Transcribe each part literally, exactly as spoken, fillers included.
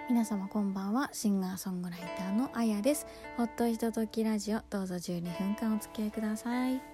皆様こんばんは。シンガーソングライターのあやです。ほっとひとときラジオ、どうぞじゅうにふんかんお付き合いください。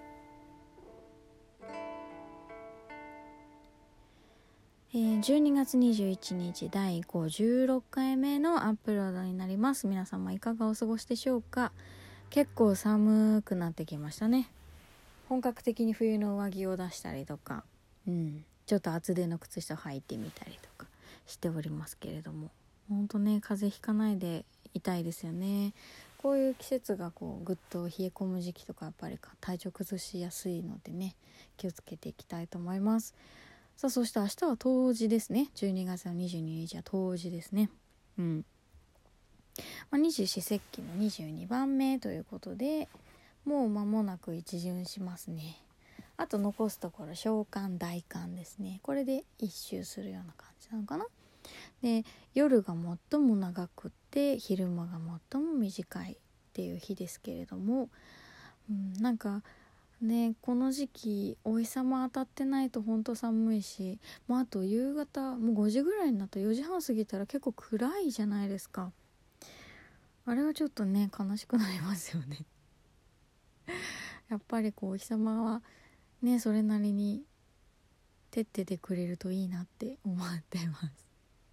えー、じゅうにがつにじゅういちにちだいごじゅうろっかいめのアップロードになります。皆様いかがお過ごしでしょうか。結構寒くなってきましたね。本格的に冬の上着を出したりとか、うん、ちょっと厚手の靴下履いてみたりとかしておりますけれども、ほんとね、風邪ひかないでいたいですよね。こういう季節がこうぐっと冷え込む時期とか、やっぱり体調崩しやすいのでね、気をつけていきたいと思います。さあ、そして明日は冬至ですね。じゅうにがつのにじゅうににちは冬至ですね。うん、まあ、二十四節気のにじゅうにばんめということで、もう間もなく一巡しますね。あと残すところ小寒大寒ですね。これで一周するような感じなのかな。で、夜が最も長くって昼間が最も短いっていう日ですけれども、うん、なんかね、この時期お日様当たってないとほんと寒いし、まあ、あと夕方もうごじぐらいになったらよじはん過ぎたら結構暗いじゃないですか。あれはちょっとね、悲しくなりますよねやっぱりこうお日様はね、それなりに照っててくれるといいなって思ってます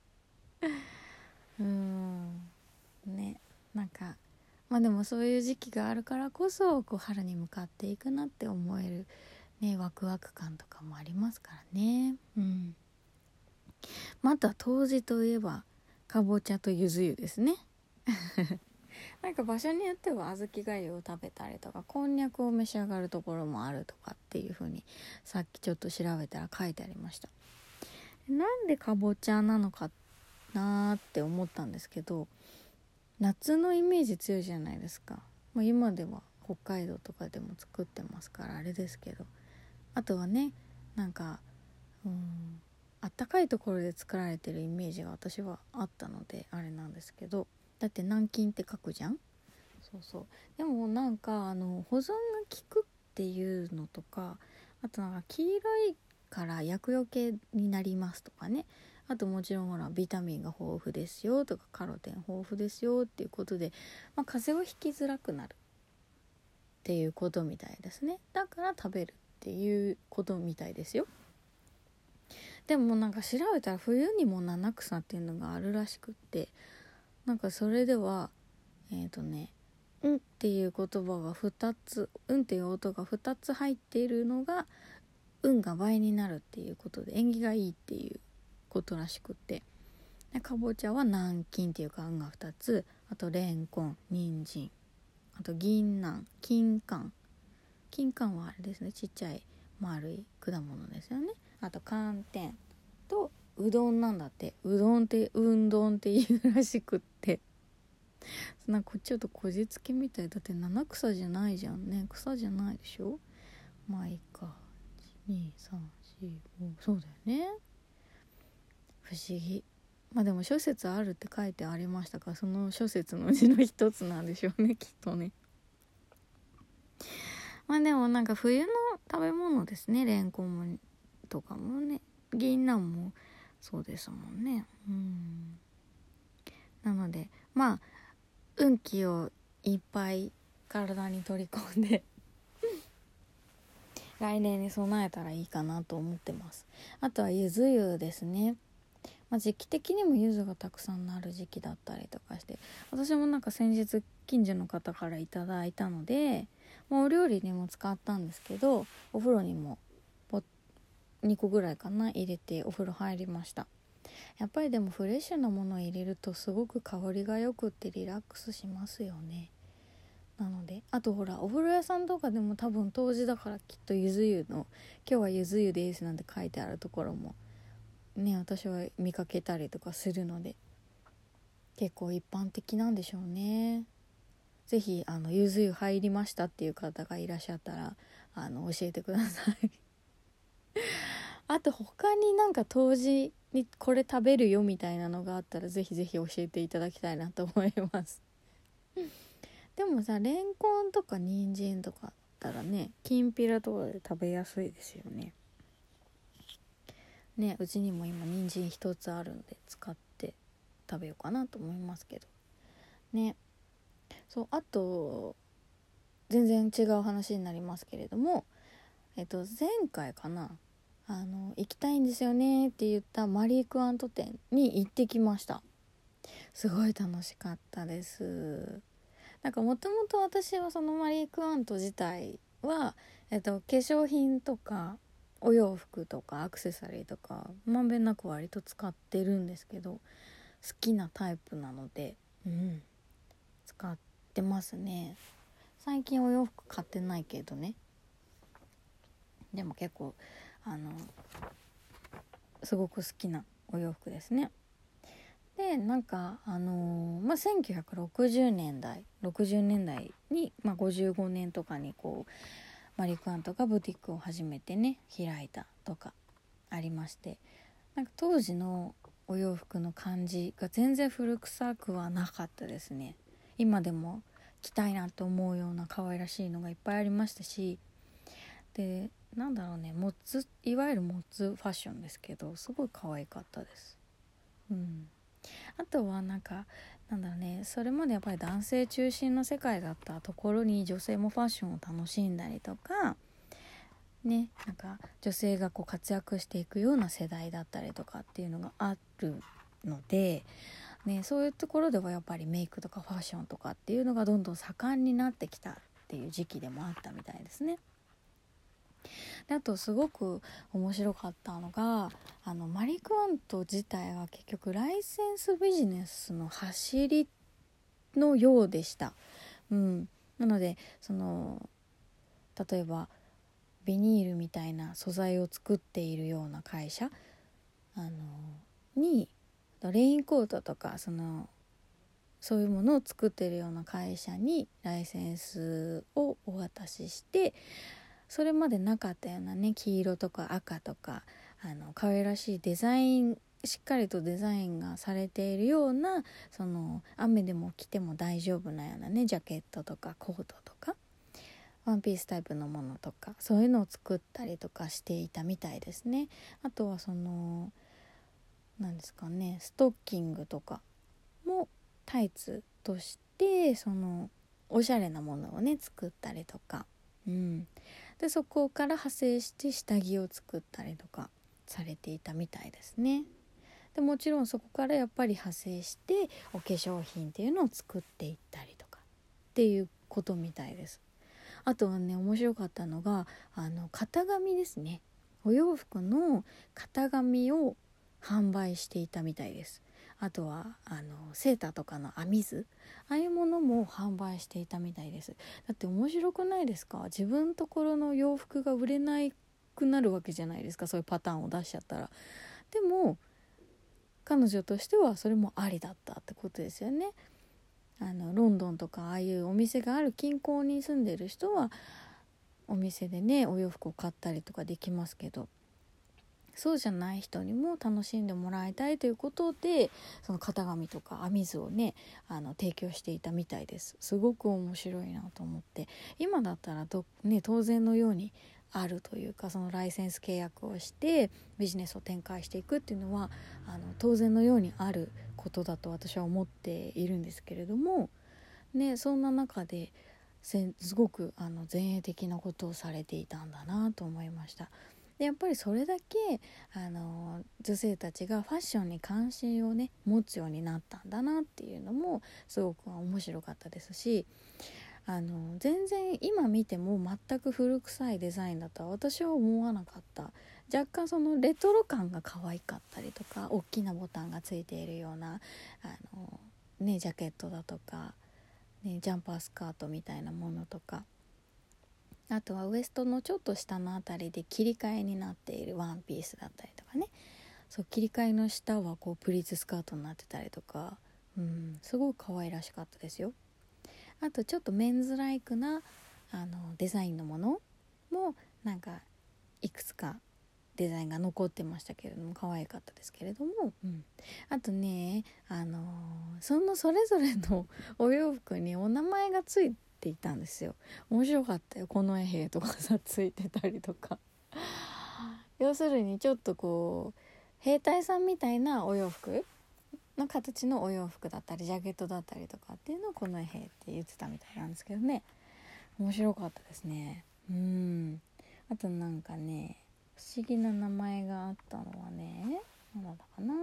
うーんね、なんかまあでもそういう時期があるからこそ、こう春に向かっていくなって思えるね、ワクワク感とかもありますからね。うん。また冬至といえばかぼちゃとゆず湯ですねなんか場所によっては小豆がゆを食べたりとか、こんにゃくを召し上がるところもあるとかっていう風にさっきちょっと調べたら書いてありました。なんでかぼちゃなのかなーって思ったんですけど、夏のイメージ強いじゃないですか。まあ、今では北海道とかでも作ってますからあれですけど、あとはね、なんかうーんあったかいところで作られてるイメージが私はあったのであれなんですけど、だって南京って書くじゃん。そうそう。でもなんかあの保存が効くっていうのとか、あとなんか黄色いから厄除けになりますとかね、あともちろんほらビタミンが豊富ですよとか、カロテン豊富ですよっていうことで、まあ、風邪をひきづらくなるっていうことみたいですね。だから食べるっていうことみたいですよ。でもなんか調べたら冬にも七草っていうのがあるらしくって、なんかそれではえっとねうんっていう言葉がふたつ、うんっていう音がふたつ入っているのが運が倍になるっていうことで縁起がいいっていうことらしくって、でかぼちゃは南京っていうか運がふたつ、あとレンコン、人参、あと銀杏、金柑、金柑はあれですね、ちっちゃい丸い果物ですよね。あと寒天とうどんなんだって。うどんってうんどんっていうらしくって、なんかちょっとこじつけみたい。だって七草じゃないじゃんね。草じゃないでしょ。まあいいか。いちにさんしご、そうだよね。不思議。まあでも諸説あるって書いてありましたから、その諸説のうちの一つなんでしょうね、きっとね。まあでもなんか冬の食べ物ですね。レンコンもとかもね、銀杏もそうですもんね。うんなのでまあ運気をいっぱい体に取り込んで来年に備えたらいいかなと思ってます。あとはゆず湯ですね。まあ、時期的にも柚子がたくさんなる時期だったりとかして、私もなんか先日近所の方からいただいたので、まあ、お料理にも使ったんですけど、お風呂にもにこぐらいかな入れてお風呂入りました。やっぱりでもフレッシュなものを入れるとすごく香りがよくってリラックスしますよね。なので、あとほらお風呂屋さんとかでも多分冬至だからきっとゆず湯の今日はゆず湯ですなんて書いてあるところもね、私は見かけたりとかするので結構一般的なんでしょうね。ぜひあのゆず湯入りましたっていう方がいらっしゃったらあの教えてくださいあと他になんか冬至にこれ食べるよみたいなのがあったらぜひぜひ教えていただきたいなと思いますでもさ、レンコンとか人参とかだったらね、きんぴらとかで食べやすいですよね。ね、うちにも今人参一つあるんで使って食べようかなと思いますけどね。そう、あと全然違う話になりますけれども、えっと前回かな、あの行きたいんですよねって言ったマリー・クワント店に行ってきました。すごい楽しかったです。なんかもともと私はそのマリー・クワント自体は、えっと、化粧品とかお洋服とかアクセサリーとかまんべんなく割と使ってるんですけど、好きなタイプなので、うん、使ってますね。最近お洋服買ってないけどね、でも結構あのすごく好きなお洋服ですね。でなんかあのー、まあせんきゅうひゃくろくじゅうねんだいろくじゅうねんだいに、まあ、ごじゅうごねんとかにこうマリー・クワントがブティックを初めてね開いたとかありまして、なんか当時のお洋服の感じが全然古臭くはなかったですね。今でも着たいなと思うような可愛らしいのがいっぱいありましたし、でなんだろうね、モッツ、いわゆるモッツファッションですけど、すごい可愛かったです。うん。あとはなんかなんだろうね、それまでやっぱり男性中心の世界だったところに女性もファッションを楽しんだりとかね、なんか女性がこう活躍していくような世代だったりとかっていうのがあるので、ね、そういうところではやっぱりメイクとかファッションとかっていうのがどんどん盛んになってきたっていう時期でもあったみたいですね。であとすごく面白かったのが、あのマリー・クワント自体は結局ライセンスビジネスの走りのようでした。うん、なのでその例えばビニールみたいな素材を作っているような会社あのにレインコートとかそのそういうものを作っているような会社にライセンスをお渡しして、それまでなかったようなね黄色とか赤とかあの可愛らしいデザイン、しっかりとデザインがされているような、その雨でも着ても大丈夫なようなねジャケットとかコートとかワンピースタイプのものとかそういうのを作ったりとかしていたみたいですね。あとはその何ですかね、ストッキングとかもタイツとしてそのおしゃれなものをね作ったりとか、うん、でそこから派生して下着を作ったりとかされていたみたいですね。でもちろんそこからやっぱり派生してお化粧品っていうのを作っていったりとかっていうことみたいです。あとはね面白かったのがあの型紙ですね。お洋服の型紙を販売していたみたいです。あとはあのセーターとかの編み図、ああいうものも販売していたみたいです。だって面白くないですか？自分のところの洋服が売れなくなるわけじゃないですか、そういうパターンを出しちゃったら。でも彼女としてはそれもありだったってことですよね。あのロンドンとかああいうお店がある近郊に住んでる人はお店でねお洋服を買ったりとかできますけど、そうじゃない人にも楽しんでもらいたいということでその型紙とか編み図をねあの提供していたみたいです。すごく面白いなと思って、今だったらど、ね、当然のようにあるというか、そのライセンス契約をしてビジネスを展開していくっていうのはあの当然のようにあることだと私は思っているんですけれども、ね、そんな中ですごくあの前衛的なことをされていたんだなと思いました。でやっぱりそれだけあの女性たちがファッションに関心をね持つようになったんだなっていうのもすごく面白かったですし、あの全然今見ても全く古臭いデザインだとは私は思わなかった。若干そのレトロ感が可愛かったりとか、大きなボタンがついているようなあの、ね、ジャケットだとか、ね、ジャンパースカートみたいなものとか、あとはウエストのちょっと下のあたりで切り替えになっているワンピースだったりとかね、そう切り替えの下はこうプリーツスカートになってたりとか、うん、すごく可愛らしかったですよ。あとちょっとメンズライクなあのデザインのものもなんかいくつかデザインが残ってましたけれども可愛かったですけれども、うん、あとねあのそのそれぞれのお洋服にお名前がついていたんですよ。面白かったよ。近衛兵とかさついてたりとか要するにちょっとこう兵隊さんみたいなお洋服の形のお洋服だったりジャケットだったりとかっていうのを近衛兵って言ってたみたいなんですけどね、面白かったですね。うん。あとなんかね、不思議な名前があったのはね、何だったかな、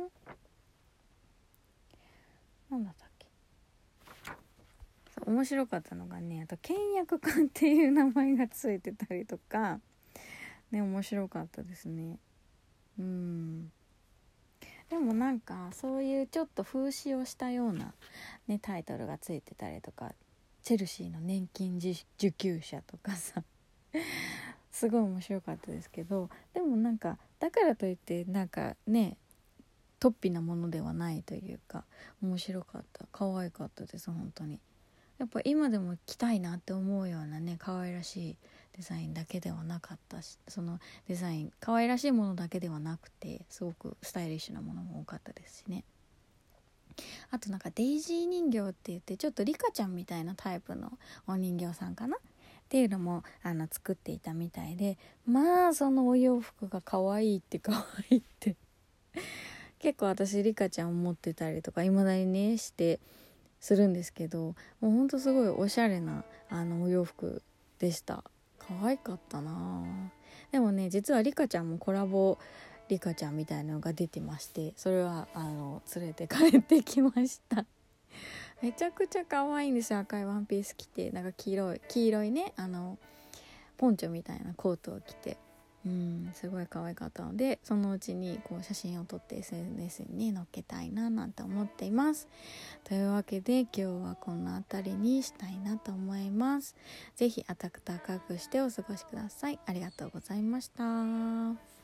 何だったっけ。そう面白かったのがね、あと倹約家っていう名前がついてたりとかね、面白かったですね。うん。でもなんかそういうちょっと風刺をしたような、ね、タイトルがついてたりとか、チェルシーの年金受給者とかさすごい面白かったですけど、でもなんかだからといってなんかね、突飛なものではないというか、面白かった、可愛かったです本当に。やっぱ今でも着たいなって思うようなね、可愛らしいデザインだけではなかったし、そのデザイン可愛らしいものだけではなくて、すごくスタイリッシュなものも多かったですしね。あとなんかデイジー人形って言って、ちょっとリカちゃんみたいなタイプのお人形さんかなっていうのもあの作っていたみたいで、まあそのお洋服が可愛いって可愛いって結構私リカちゃんを持ってたりとか未だにねしてするんですけど、もうほんとすごいおしゃれなあのお洋服でした。可愛かったな。でもね、実はリカちゃんもコラボリカちゃんみたいなのが出てまして、それはあの連れて帰ってきましためちゃくちゃ可愛いんですよ。赤いワンピース着て、なんか黄色い黄色いね、あのポンチョみたいなコートを着て、うん、すごい可愛かったので、そのうちにこう写真を撮って エスエヌエス に載っけたいななんて思っています。というわけで今日はこの辺りにしたいなと思います。ぜひ暖かくしてお過ごしください。ありがとうございました。